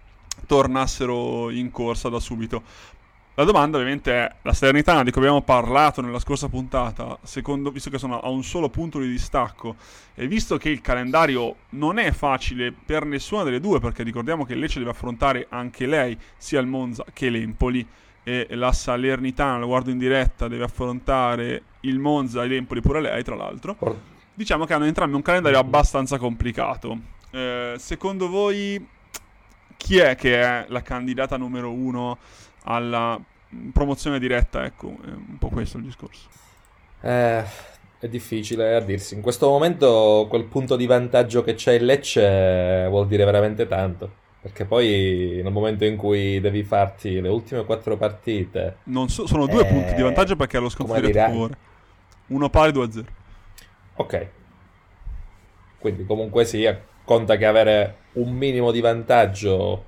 tornassero in corsa da subito. La domanda ovviamente è la Salernitana di cui abbiamo parlato nella scorsa puntata, visto che sono a un solo punto di distacco e visto che il calendario non è facile per nessuna delle due, perché ricordiamo che Lecce deve affrontare anche lei sia il Monza che l'Empoli, e la Salernitana, lo guardo in diretta, deve affrontare il Monza e l'Empoli pure lei, tra l'altro. Diciamo che hanno entrambi un calendario abbastanza complicato. Secondo voi chi è che è la candidata numero uno alla promozione diretta? Ecco, è un po' questo il discorso. È difficile a dirsi. In questo momento quel punto di vantaggio che c'è il Lecce vuol dire veramente tanto. Perché poi nel momento in cui devi farti le ultime 4 partite... Sono 2 punti di vantaggio perché è lo sconto diretto a favore. Uno pari, 2-0. Ok. Quindi comunque sia, conta che avere un minimo di vantaggio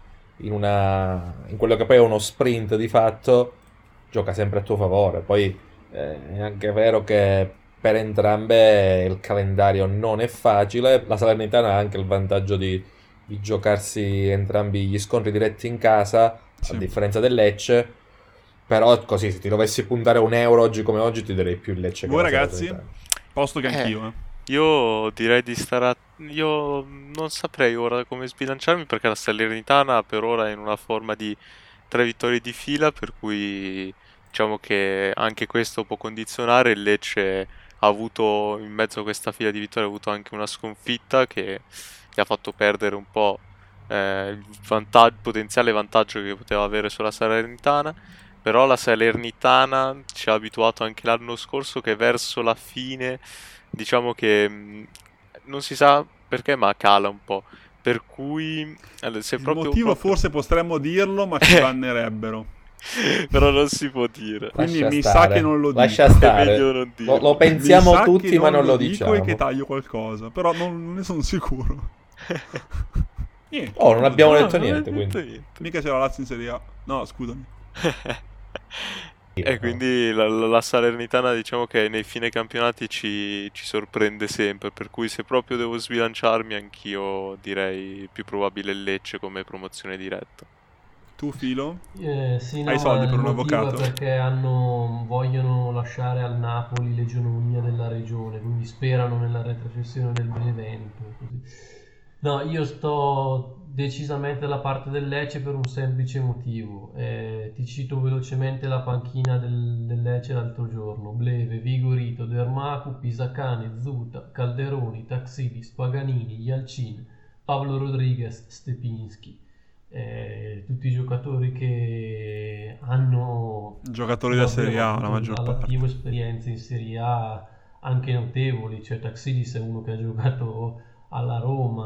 in quello che poi è uno sprint di fatto gioca sempre a tuo favore. Poi è anche vero che per entrambe il calendario non è facile. La Salernitana ha anche il vantaggio di giocarsi entrambi gli scontri diretti in casa, Sì. a differenza del Lecce. Però così, se ti dovessi puntare un euro oggi come oggi, ti darei più il Lecce che Voi la ragazzi, Salernitana. posto che anch'io. Io direi di stare Io non saprei ora come sbilanciarmi perché la Salernitana per ora è in una forma di 3 vittorie di fila, per cui diciamo che anche questo può condizionare. Il Lecce ha avuto in mezzo a questa fila di vittorie ha avuto anche una sconfitta che gli ha fatto perdere un po' il potenziale vantaggio che poteva avere sulla Salernitana. Però la Salernitana ci ha abituato anche l'anno scorso che verso la fine, diciamo che non si sa perché, ma cala un po'. Per cui, se Il proprio, motivo proprio... forse potremmo dirlo, ma ci bannerebbero. Però non si può dire. Quindi Lascia mi stare, sa che non lo lascia dico. È stare. meglio non Lo dirlo. pensiamo Mi sa tutti, che ma non lo dico diciamo. e che taglio qualcosa, però non ne sono sicuro. Niente. Oh, non abbiamo No, detto non hai niente, detto quindi. niente. Mica c'è la Lazio in Serie A. No, scusami. E quindi la Salernitana diciamo che nei fine campionati ci sorprende sempre, per cui se proprio devo sbilanciarmi anch'io direi più probabile il Lecce come promozione diretta. Tu, Filo? Sì, Hai no, soldi ma per il un motivo avvocato? è perché vogliono lasciare al Napoli l'egemonia della regione, quindi sperano nella retrocessione del Benevento. Così. No, io sto decisamente dalla parte del Lecce per un semplice motivo. Ti cito velocemente la panchina del Lecce l'altro giorno. Bleve, Vigorito, Dermacu, Pisacane, Zuta, Calderoni, Taxidis, Paganini, Yalcin, Pablo Rodriguez, Stepinski. Tutti i giocatori che hanno Giocatori da Serie A, la maggior all'attivo parte. esperienze in Serie A anche notevoli, cioè Taxidis è uno che ha giocato alla Roma,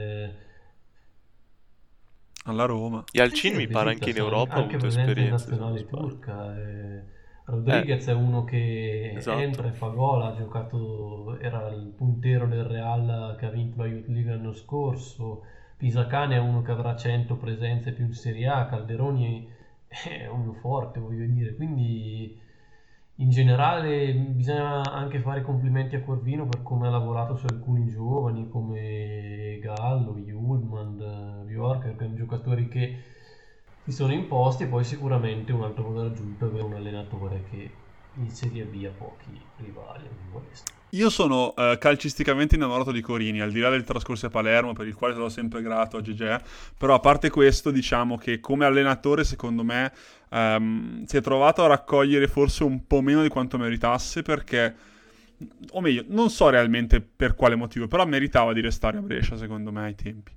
Alla Roma. Yalcin sì, mi pare anche in Europa ha anche avuto presenza in esperienze, se non nazionale sbaglio. turca. Rodriguez è uno che Esatto. entra e fa gol, ha giocato, era il puntero del Real che ha vinto la Youth League l'anno scorso. Pisacane è uno che avrà 100 presenze più in Serie A, Calderoni è uno forte, voglio dire, quindi in generale bisogna anche fare i complimenti a Corvino per come ha lavorato su alcuni giovani come Gallo, Hjulmand, Bjork, che sono giocatori che si sono imposti, e poi sicuramente un altro valore aggiunto è avere un allenatore che in Serie B ha pochi rivali, questo. Io sono calcisticamente innamorato di Corini, al di là del trascorso a Palermo, per il quale sono sempre grato a Gegè, però a parte questo diciamo che come allenatore secondo me si è trovato a raccogliere forse un po' meno di quanto meritasse, perché, o meglio, non so realmente per quale motivo, però meritava di restare a Brescia secondo me ai tempi.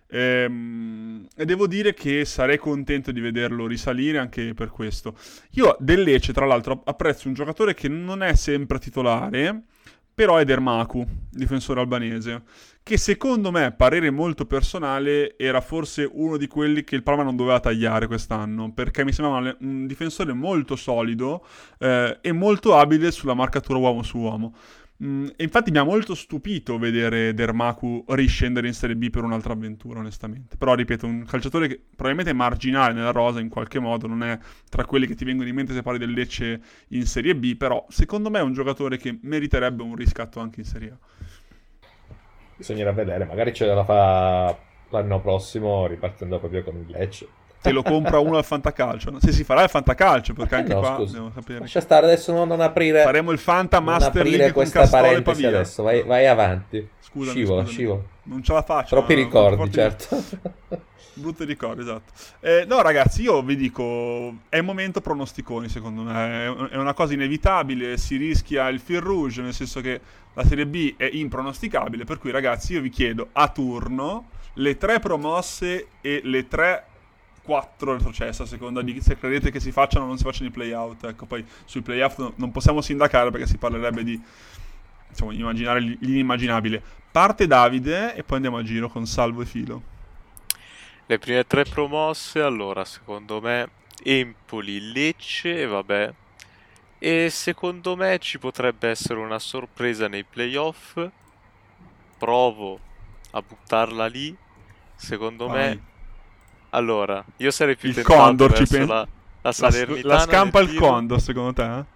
E devo dire che sarei contento di vederlo risalire anche per questo. Io del Lecce, tra l'altro, apprezzo un giocatore che non è sempre titolare, però è Dermaku, difensore albanese, che secondo me, parere molto personale, era forse uno di quelli che il Parma non doveva tagliare quest'anno, perché mi sembrava un difensore molto solido e molto abile sulla marcatura uomo su uomo. E infatti mi ha molto stupito vedere Dermaku riscendere in Serie B per un'altra avventura, onestamente. Però, ripeto, un calciatore che probabilmente è marginale nella rosa in qualche modo, non è tra quelli che ti vengono in mente se parli del Lecce in Serie B, però secondo me è un giocatore che meriterebbe un riscatto anche in Serie A. Bisognerà vedere, magari ce la fa l'anno prossimo ripartendo proprio con il Lecce. Te lo compra uno al fantacalcio, no? Se si farà il fantacalcio, perché anche no, qua scusa. devo sapere. Lascia stare, adesso non aprire. Faremo il Fanta non Master aprire League con questa Castoro e parentesi Pavia. adesso, vai avanti. Scusami. Scivola. Non ce la faccio. Troppi ma- ricordi, forti- certo. Brutti ricordi, esatto. No, ragazzi, io vi dico, è il momento pronosticoni, secondo me. È una cosa inevitabile, si rischia il fil rouge, nel senso che la Serie B è impronosticabile, per cui, ragazzi, io vi chiedo a turno le 3 promosse e le 4 retrocesse, a seconda di se credete che si facciano o non si facciano i play-out. Ecco, poi sui play-out non possiamo sindacare perché si parlerebbe di, insomma, immaginare l'inimmaginabile. Parte Davide e poi andiamo a giro con Salvo e Filo. Le prime 3 promosse, allora, secondo me, Empoli, Lecce e vabbè. E secondo me ci potrebbe essere una sorpresa nei playoff. Provo a buttarla lì. Secondo Vai. me, allora, io sarei più Il tentato Condor ci verso pensa. la Salernitana La scampa nel il tiro. Condor, secondo te?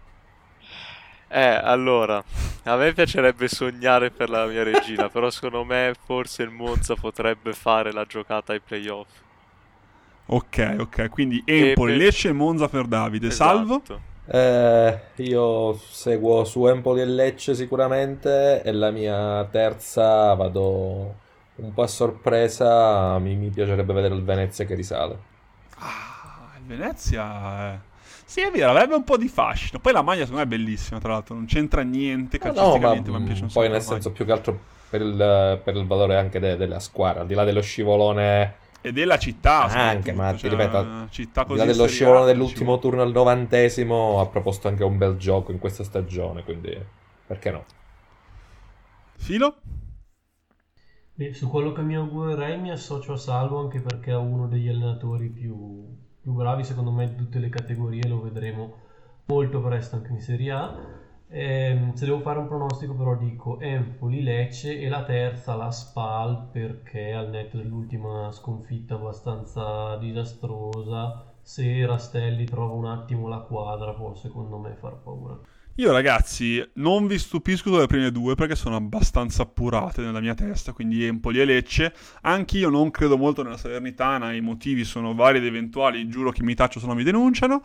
Allora, a me piacerebbe sognare per la mia regina, però secondo me forse il Monza potrebbe fare la giocata ai playoff. Ok, quindi E Empoli, per- Lecce e Monza per Davide. Salvo? Esatto. Io seguo su Empoli e Lecce sicuramente, e la mia terza vado un po' a sorpresa, mi piacerebbe vedere il Venezia che risale. Il Venezia... Sì, è vero, avrebbe un po' di fascino. Poi la maglia secondo me è bellissima, tra l'altro. Non c'entra niente No, ma calcisticamente, ma mi piace un poi sacco nel la maglia. senso più che altro per il valore anche della squadra, al di là dello scivolone e della città. Anche, ma ti ripeto, città al di così là dello Serie A, scivolone dell'ultimo dicevo. turno al 90esimo ha proposto anche un bel gioco in questa stagione, quindi perché no? Filo? Beh, su quello che mi augurerei mi associo a Salvo, anche perché è uno degli allenatori più bravi secondo me di tutte le categorie, lo vedremo molto presto anche in Serie A. Se devo fare un pronostico però dico Empoli, Lecce e la terza la Spal, perché al netto dell'ultima sconfitta abbastanza disastrosa, se Rastelli trova un attimo la quadra può secondo me far paura. Io ragazzi non vi stupisco dalle prime due perché sono abbastanza appurate nella mia testa, quindi Empoli e Lecce. Anch'io non credo molto nella Salernitana, i motivi sono vari ed eventuali, giuro che mi taccio se non mi denunciano.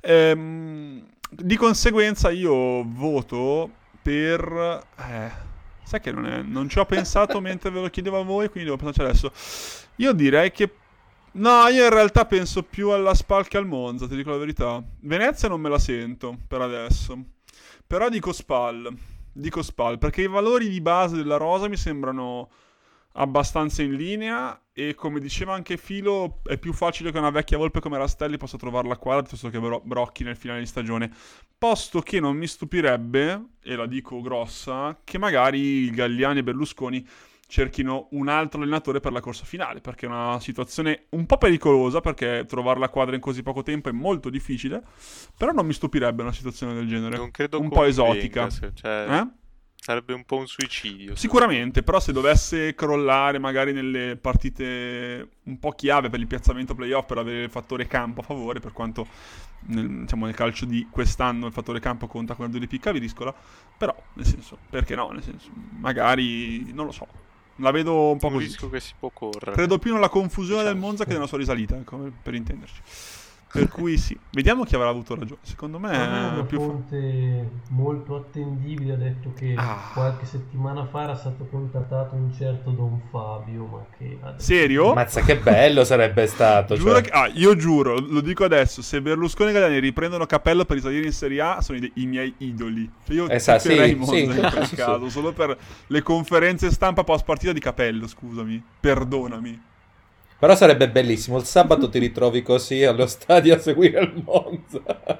Di conseguenza io voto per... sai che non ci ho pensato mentre ve lo chiedevo a voi, quindi devo pensarci adesso. Io direi che... No, io in realtà penso più alla Spal che al Monza, ti dico la verità. Venezia non me la sento per adesso. Però dico Spal, perché i valori di base della rosa mi sembrano abbastanza in linea e come diceva anche Filo è più facile che una vecchia volpe come Rastelli possa trovare la quadra piuttosto che Brocchi nel finale di stagione, posto che non mi stupirebbe, e la dico grossa, che magari Galliani e Berlusconi cerchino un altro allenatore per la corsa finale, perché è una situazione un po' pericolosa, perché trovare la quadra in così poco tempo è molto difficile, però non mi stupirebbe una situazione del genere, Non credo un po' convenga, esotica. cioè, sarebbe un po' un suicidio. Sicuramente, però se dovesse crollare magari nelle partite un po' chiave per il piazzamento playoff, per avere il fattore campo a favore, per quanto nel calcio di quest'anno il fattore campo conta come due di picca viriscola, però nel senso, perché no? Nel senso, magari, non lo so, la vedo un po' Un così. rischio che si può correre. Credo più nella confusione Diciamo. del Monza che nella sua risalita, ecco, per intenderci. Per cui sì, vediamo chi avrà avuto ragione. Secondo me Una è più fonte molto attendibile ha detto che qualche settimana fa era stato contattato un certo Don Fabio, ma che adesso... Serio? Mazza, che bello sarebbe stato. Giuro Cioè. che- io giuro, lo dico adesso, se Berlusconi e Galliani riprendono Cappello per risalire in Serie A, sono i miei idoli. Cioè io Esatto, tiferei sì, Monza sì, in quel sì, caso, sì. solo per le conferenze stampa post partita di Capello, scusami, perdonami. Però sarebbe bellissimo, il sabato ti ritrovi così allo stadio a seguire il Monza.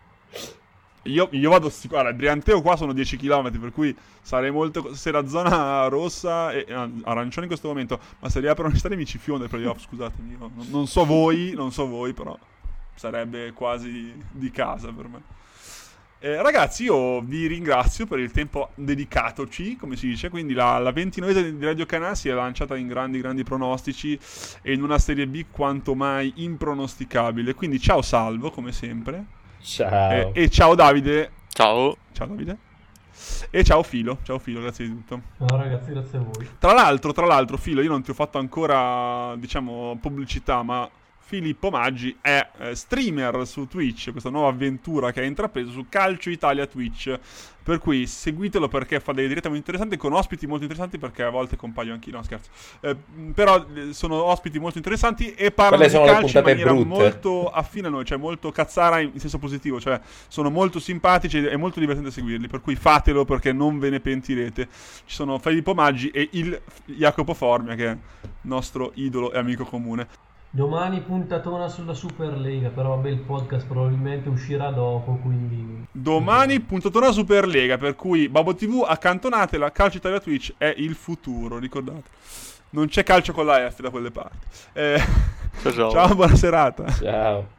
Io vado guarda, Brianteo qua sono 10 km, per cui sarei molto... Se la zona rossa e arancione in questo momento, ma se riaprono gli stadi mi ci fionda i playoff, scusatemi. Io non so voi, però sarebbe quasi di casa per me. Ragazzi, io vi ringrazio per il tempo dedicatoci, come si dice, quindi la 29esima di Radio Canà si è lanciata in grandi pronostici e in una Serie B quanto mai impronosticabile. Quindi ciao Salvo, come sempre. Ciao. E ciao Davide. Ciao. Ciao Davide. E ciao Filo, grazie di tutto. No ragazzi, grazie a voi. Tra l'altro Filo, io non ti ho fatto ancora, diciamo, pubblicità, ma Filippo Maggi è streamer su Twitch, questa nuova avventura che ha intrapreso su Calcio Italia Twitch, per cui seguitelo perché fa delle dirette molto interessanti con ospiti molto interessanti, perché a volte compaio anch'io, no scherzo, però sono ospiti molto interessanti e parlano Quelle di sono le calcio in puntate maniera brutte. molto affine a noi, cioè molto cazzara in senso positivo, cioè sono molto simpatici ed è molto divertente seguirli, per cui fatelo perché non ve ne pentirete. Ci sono Filippo Maggi e il Jacopo Formia, che è nostro idolo e amico comune. Domani puntatona sulla Superlega, però vabbè il podcast probabilmente uscirà dopo, quindi... Domani puntatona Superlega, per cui Babbo TV accantonatela, Calcio Italia Twitch è il futuro, ricordate. Non c'è calcio con la F da quelle parti. Ciao. Ciao, buona serata. Ciao.